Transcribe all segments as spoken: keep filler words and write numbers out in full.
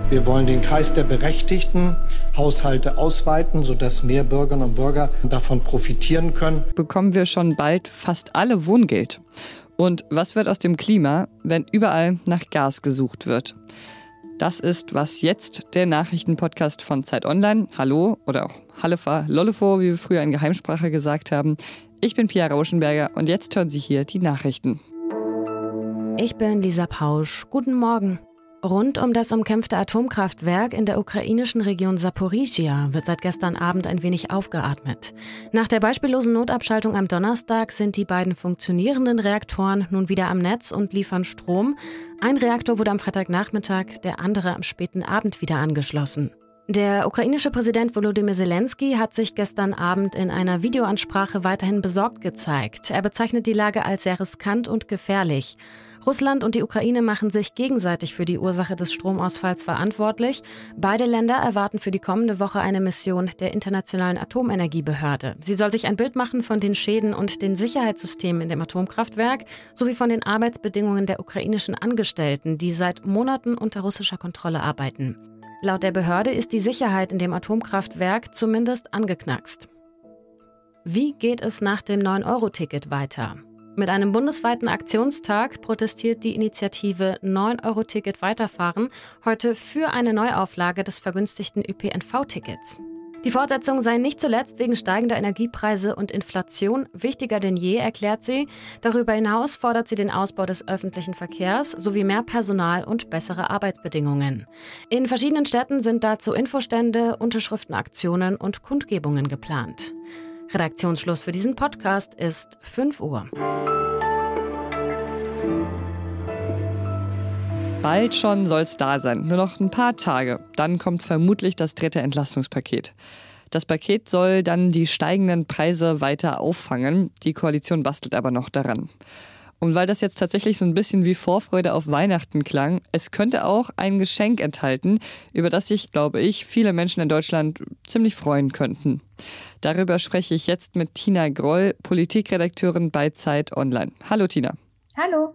Wir wollen den Kreis der berechtigten Haushalte ausweiten, sodass mehr Bürgerinnen und Bürger davon profitieren können. Bekommen wir schon bald fast alle Wohngeld? Und was wird aus dem Klima, wenn überall nach Gas gesucht wird? Das ist Was Jetzt, der Nachrichtenpodcast von Zeit Online. Hallo oder auch Hallefa, Lollefo, wie wir früher in Geheimsprache gesagt haben. Ich bin Pia Rauschenberger und jetzt hören Sie hier die Nachrichten. Ich bin Lisa Pausch. Guten Morgen. Rund um das umkämpfte Atomkraftwerk in der ukrainischen Region Saporischschja wird seit gestern Abend ein wenig aufgeatmet. Nach der beispiellosen Notabschaltung am Donnerstag sind die beiden funktionierenden Reaktoren nun wieder am Netz und liefern Strom. Ein Reaktor wurde am Freitagnachmittag, der andere am späten Abend wieder angeschlossen. Der ukrainische Präsident Volodymyr Zelensky hat sich gestern Abend in einer Videoansprache weiterhin besorgt gezeigt. Er bezeichnet die Lage als sehr riskant und gefährlich. Russland und die Ukraine machen sich gegenseitig für die Ursache des Stromausfalls verantwortlich. Beide Länder erwarten für die kommende Woche eine Mission der Internationalen Atomenergiebehörde. Sie soll sich ein Bild machen von den Schäden und den Sicherheitssystemen in dem Atomkraftwerk sowie von den Arbeitsbedingungen der ukrainischen Angestellten, die seit Monaten unter russischer Kontrolle arbeiten. Laut der Behörde ist die Sicherheit in dem Atomkraftwerk zumindest angeknackst. Wie geht es nach dem neun Euro Ticket weiter? Mit einem bundesweiten Aktionstag protestiert die Initiative neun Euro Ticket weiterfahren heute für eine Neuauflage des vergünstigten Ö P N V-Tickets. Die Fortsetzung sei nicht zuletzt wegen steigender Energiepreise und Inflation wichtiger denn je, erklärt sie. Darüber hinaus fordert sie den Ausbau des öffentlichen Verkehrs sowie mehr Personal und bessere Arbeitsbedingungen. In verschiedenen Städten sind dazu Infostände, Unterschriftenaktionen und Kundgebungen geplant. Redaktionsschluss für diesen Podcast ist fünf Uhr. Bald schon soll es da sein, nur noch ein paar Tage. Dann kommt vermutlich das dritte Entlastungspaket. Das Paket soll dann die steigenden Preise weiter auffangen. Die Koalition bastelt aber noch daran. Und weil das jetzt tatsächlich so ein bisschen wie Vorfreude auf Weihnachten klang, es könnte auch ein Geschenk enthalten, über das sich, glaube ich, viele Menschen in Deutschland ziemlich freuen könnten. Darüber spreche ich jetzt mit Tina Groll, Politikredakteurin bei Zeit Online. Hallo Tina. Hallo.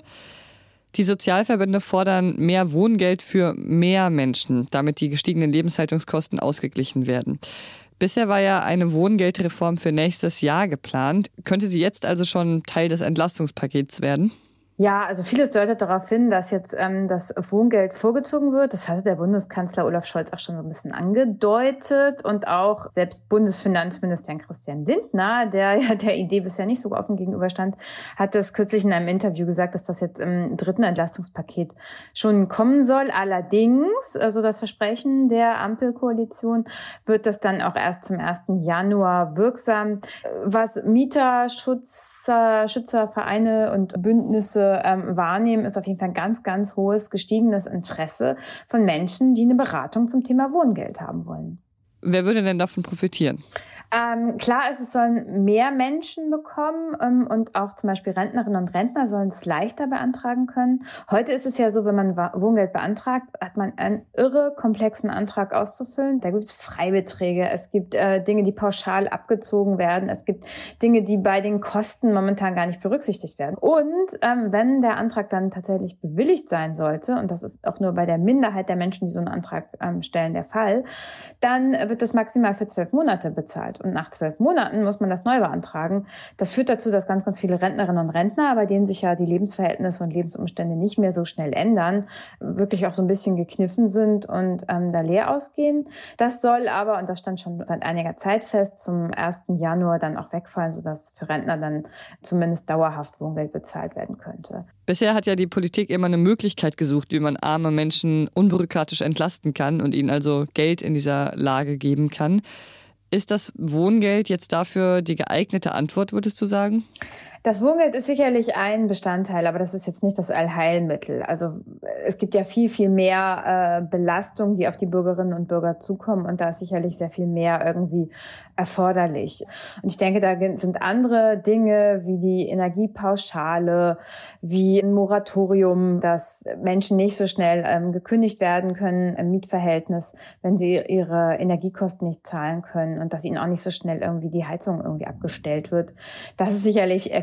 Die Sozialverbände fordern mehr Wohngeld für mehr Menschen, damit die gestiegenen Lebenshaltungskosten ausgeglichen werden. Bisher war ja eine Wohngeldreform für nächstes Jahr geplant. Könnte sie jetzt also schon Teil des Entlastungspakets werden? Ja, also vieles deutet darauf hin, dass jetzt ähm, das Wohngeld vorgezogen wird. Das hatte der Bundeskanzler Olaf Scholz auch schon so ein bisschen angedeutet. Und auch selbst Bundesfinanzminister Christian Lindner, der ja der Idee bisher nicht so offen gegenüberstand, hat das kürzlich in einem Interview gesagt, dass das jetzt im dritten Entlastungspaket schon kommen soll. Allerdings, also das Versprechen der Ampelkoalition, wird das dann auch erst zum ersten Januar wirksam. Was Mieterschützer, Schützervereine und Bündnisse Ähm, wahrnehmen, ist auf jeden Fall ein ganz, ganz hohes gestiegenes Interesse von Menschen, die eine Beratung zum Thema Wohngeld haben wollen. Wer würde denn davon profitieren? Ähm, klar ist, es sollen mehr Menschen bekommen ähm, und auch zum Beispiel Rentnerinnen und Rentner sollen es leichter beantragen können. Heute ist es ja so, wenn man Wohngeld beantragt, hat man einen irre komplexen Antrag auszufüllen. Da gibt es Freibeträge, es gibt äh, Dinge, die pauschal abgezogen werden, es gibt Dinge, die bei den Kosten momentan gar nicht berücksichtigt werden. Und ähm, wenn der Antrag dann tatsächlich bewilligt sein sollte, und das ist auch nur bei der Minderheit der Menschen, die so einen Antrag ähm, stellen, der Fall, dann wird das maximal für zwölf Monate bezahlt. Und nach zwölf Monaten muss man das neu beantragen. Das führt dazu, dass ganz, ganz viele Rentnerinnen und Rentner, bei denen sich ja die Lebensverhältnisse und Lebensumstände nicht mehr so schnell ändern, wirklich auch so ein bisschen gekniffen sind und ähm, da leer ausgehen. Das soll aber, und das stand schon seit einiger Zeit fest, zum ersten Januar dann auch wegfallen, sodass für Rentner dann zumindest dauerhaft Wohngeld bezahlt werden könnte. Bisher hat ja die Politik immer eine Möglichkeit gesucht, wie man arme Menschen unbürokratisch entlasten kann und ihnen also Geld in dieser Lage geben kann. Ist das Wohngeld jetzt dafür die geeignete Antwort, würdest du sagen? Das Wohngeld ist sicherlich ein Bestandteil, aber das ist jetzt nicht das Allheilmittel. Also es gibt ja viel, viel mehr äh, Belastungen, die auf die Bürgerinnen und Bürger zukommen, und da ist sicherlich sehr viel mehr irgendwie erforderlich. Und ich denke, da sind andere Dinge wie die Energiepauschale, wie ein Moratorium, dass Menschen nicht so schnell ähm, gekündigt werden können im Mietverhältnis, wenn sie ihre Energiekosten nicht zahlen können, und dass ihnen auch nicht so schnell irgendwie die Heizung irgendwie abgestellt wird. Das ist sicherlich effektiv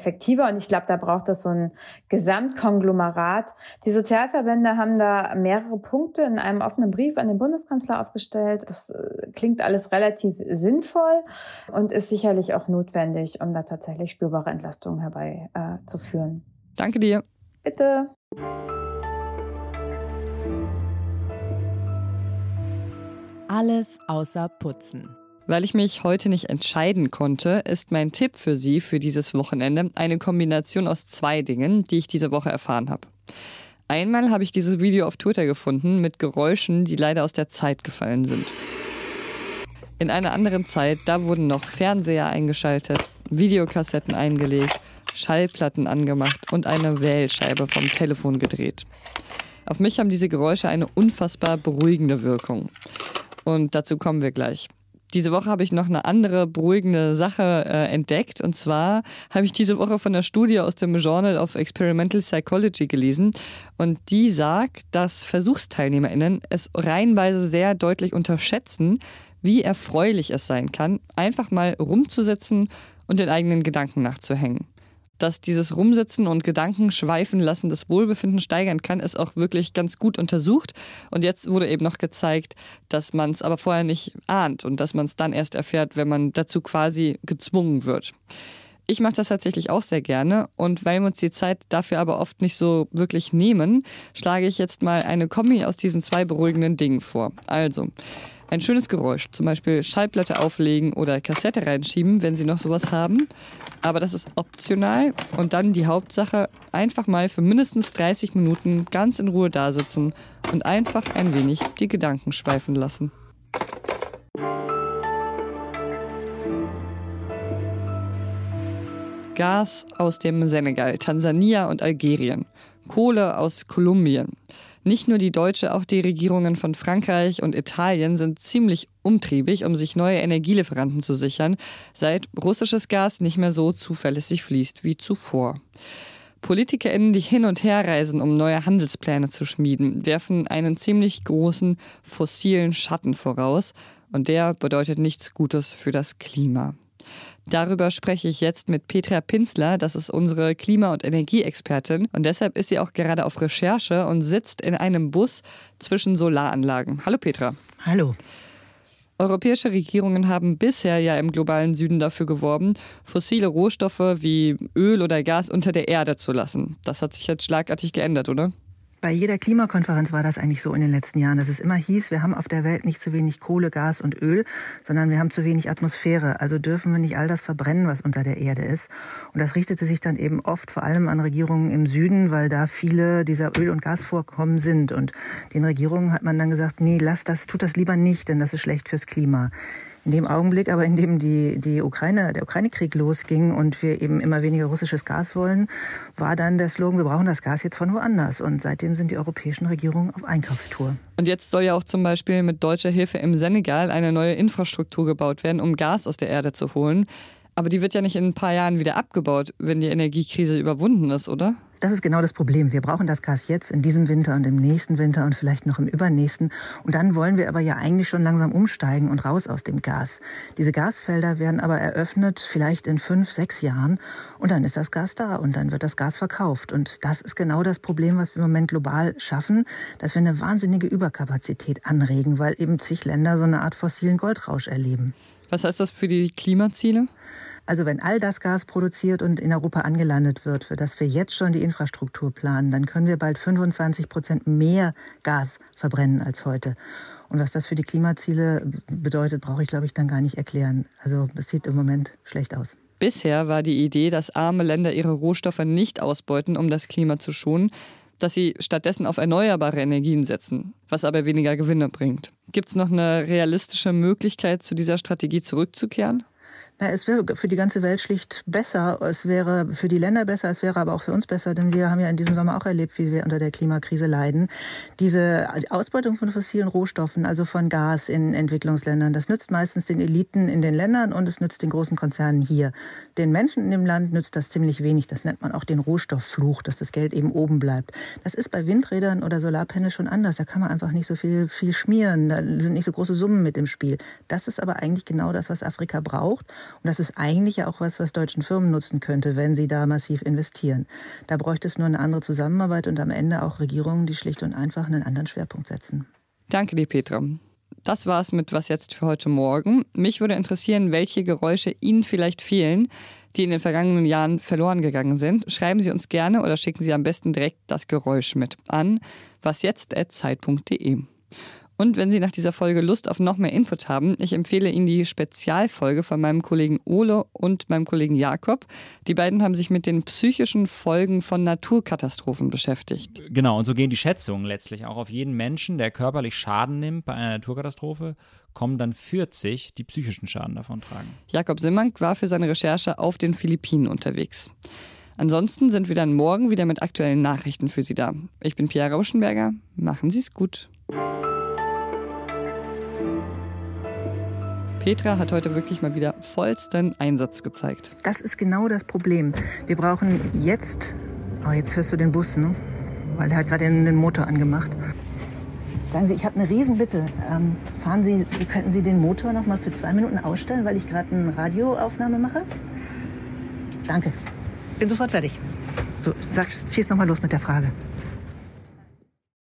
effektiver. Und ich glaube, da braucht es so ein Gesamtkonglomerat. Die Sozialverbände haben da mehrere Punkte in einem offenen Brief an den Bundeskanzler aufgestellt. Das klingt alles relativ sinnvoll und ist sicherlich auch notwendig, um da tatsächlich spürbare Entlastungen herbeizuführen. Äh, Danke dir. Bitte. Alles außer Putzen. Weil ich mich heute nicht entscheiden konnte, ist mein Tipp für Sie für dieses Wochenende eine Kombination aus zwei Dingen, die ich diese Woche erfahren habe. Einmal habe ich dieses Video auf Twitter gefunden mit Geräuschen, die leider aus der Zeit gefallen sind. In einer anderen Zeit, da wurden noch Fernseher eingeschaltet, Videokassetten eingelegt, Schallplatten angemacht und eine Wählscheibe vom Telefon gedreht. Auf mich haben diese Geräusche eine unfassbar beruhigende Wirkung. Und dazu kommen wir gleich. Diese Woche habe ich noch eine andere beruhigende Sache äh, entdeckt. Und zwar habe ich diese Woche von einer Studie aus dem Journal of Experimental Psychology gelesen. Und die sagt, dass VersuchsteilnehmerInnen es reihenweise sehr deutlich unterschätzen, wie erfreulich es sein kann, einfach mal rumzusitzen und den eigenen Gedanken nachzuhängen. Dass dieses Rumsitzen und Gedanken schweifen lassen das Wohlbefinden steigern kann, ist auch wirklich ganz gut untersucht. Und jetzt wurde eben noch gezeigt, dass man es aber vorher nicht ahnt und dass man es dann erst erfährt, wenn man dazu quasi gezwungen wird. Ich mache das tatsächlich auch sehr gerne und weil wir uns die Zeit dafür aber oft nicht so wirklich nehmen, schlage ich jetzt mal eine Kombi aus diesen zwei beruhigenden Dingen vor. Also ein schönes Geräusch, zum Beispiel Schallplatte auflegen oder Kassette reinschieben, wenn Sie noch sowas haben. Aber das ist optional und dann die Hauptsache, einfach mal für mindestens dreißig Minuten ganz in Ruhe dasitzen und einfach ein wenig die Gedanken schweifen lassen. Gas aus dem Senegal, Tansania und Algerien, Kohle aus Kolumbien. Nicht nur die deutsche, auch die Regierungen von Frankreich und Italien sind ziemlich umtriebig, um sich neue Energielieferanten zu sichern, seit russisches Gas nicht mehr so zuverlässig fließt wie zuvor. PolitikerInnen, die hin und her reisen, um neue Handelspläne zu schmieden, werfen einen ziemlich großen fossilen Schatten voraus und der bedeutet nichts Gutes für das Klima. Darüber spreche ich jetzt mit Petra Pinzler, das ist unsere Klima- und Energieexpertin und deshalb ist sie auch gerade auf Recherche und sitzt in einem Bus zwischen Solaranlagen. Hallo Petra. Hallo. Europäische Regierungen haben bisher ja im globalen Süden dafür geworben, fossile Rohstoffe wie Öl oder Gas unter der Erde zu lassen. Das hat sich jetzt schlagartig geändert, oder? Bei jeder Klimakonferenz war das eigentlich so in den letzten Jahren, dass es immer hieß, wir haben auf der Welt nicht zu wenig Kohle, Gas und Öl, sondern wir haben zu wenig Atmosphäre. Also dürfen wir nicht all das verbrennen, was unter der Erde ist. Und das richtete sich dann eben oft vor allem an Regierungen im Süden, weil da viele dieser Öl- und Gasvorkommen sind. Und den Regierungen hat man dann gesagt, nee, lass das, tut das lieber nicht, denn das ist schlecht fürs Klima. In dem Augenblick aber, in dem die, die Ukraine, der Ukraine-Krieg losging und wir eben immer weniger russisches Gas wollen, war dann der Slogan, wir brauchen das Gas jetzt von woanders. Und seitdem sind die europäischen Regierungen auf Einkaufstour. Und jetzt soll ja auch zum Beispiel mit deutscher Hilfe im Senegal eine neue Infrastruktur gebaut werden, um Gas aus der Erde zu holen. Aber die wird ja nicht in ein paar Jahren wieder abgebaut, wenn die Energiekrise überwunden ist, oder? Das ist genau das Problem. Wir brauchen das Gas jetzt in diesem Winter und im nächsten Winter und vielleicht noch im übernächsten. Und dann wollen wir aber ja eigentlich schon langsam umsteigen und raus aus dem Gas. Diese Gasfelder werden aber eröffnet, vielleicht in fünf, sechs Jahren. Und dann ist das Gas da und dann wird das Gas verkauft. Und das ist genau das Problem, was wir im Moment global schaffen, dass wir eine wahnsinnige Überkapazität anregen, weil eben zig Länder so eine Art fossilen Goldrausch erleben. Was heißt das für die Klimaziele? Also wenn all das Gas produziert und in Europa angelandet wird, für das wir jetzt schon die Infrastruktur planen, dann können wir bald fünfundzwanzig Prozent mehr Gas verbrennen als heute. Und was das für die Klimaziele bedeutet, brauche ich, glaube ich, dann gar nicht erklären. Also es sieht im Moment schlecht aus. Bisher war die Idee, dass arme Länder ihre Rohstoffe nicht ausbeuten, um das Klima zu schonen, dass sie stattdessen auf erneuerbare Energien setzen, was aber weniger Gewinne bringt. Gibt es noch eine realistische Möglichkeit, zu dieser Strategie zurückzukehren? Na, es wäre für die ganze Welt schlicht besser. Es wäre für die Länder besser, es wäre aber auch für uns besser, denn wir haben ja in diesem Sommer auch erlebt, wie wir unter der Klimakrise leiden. Diese Ausbeutung von fossilen Rohstoffen, also von Gas in Entwicklungsländern, das nützt meistens den Eliten in den Ländern und es nützt den großen Konzernen hier. Den Menschen in dem Land nützt das ziemlich wenig. Das nennt man auch den Rohstofffluch, dass das Geld eben oben bleibt. Das ist bei Windrädern oder Solarpanels schon anders. Da kann man einfach nicht so viel, viel schmieren. Da sind nicht so große Summen mit im Spiel. Das ist aber eigentlich genau das, was Afrika braucht. Und das ist eigentlich ja auch was, was deutschen Firmen nutzen könnte, wenn sie da massiv investieren. Da bräuchte es nur eine andere Zusammenarbeit und am Ende auch Regierungen, die schlicht und einfach einen anderen Schwerpunkt setzen. Danke dir, Petra. Das war's mit Was jetzt für heute Morgen. Mich würde interessieren, welche Geräusche Ihnen vielleicht fehlen, die in den vergangenen Jahren verloren gegangen sind. Schreiben Sie uns gerne oder schicken Sie am besten direkt das Geräusch mit an wasjetzt at zeit punkt de. Und wenn Sie nach dieser Folge Lust auf noch mehr Input haben, ich empfehle Ihnen die Spezialfolge von meinem Kollegen Ole und meinem Kollegen Jakob. Die beiden haben sich mit den psychischen Folgen von Naturkatastrophen beschäftigt. Genau, und so gehen die Schätzungen letztlich auch. Auf jeden Menschen, der körperlich Schaden nimmt bei einer Naturkatastrophe, kommen dann vierzig, die psychischen Schaden davon tragen. Jakob Simmank war für seine Recherche auf den Philippinen unterwegs. Ansonsten sind wir dann morgen wieder mit aktuellen Nachrichten für Sie da. Ich bin Pia Rauschenberger. Machen Sie es gut. Petra hat heute wirklich mal wieder vollsten Einsatz gezeigt. Das ist genau das Problem. Wir brauchen jetzt, oh, jetzt hörst du den Bus, ne? Weil der hat gerade den Motor angemacht. Sagen Sie, ich habe eine Riesenbitte. Ähm, fahren Sie, könnten Sie den Motor noch mal für zwei Minuten ausstellen, weil ich gerade eine Radioaufnahme mache? Danke. Bin sofort fertig. So, sag, schieß noch mal los mit der Frage.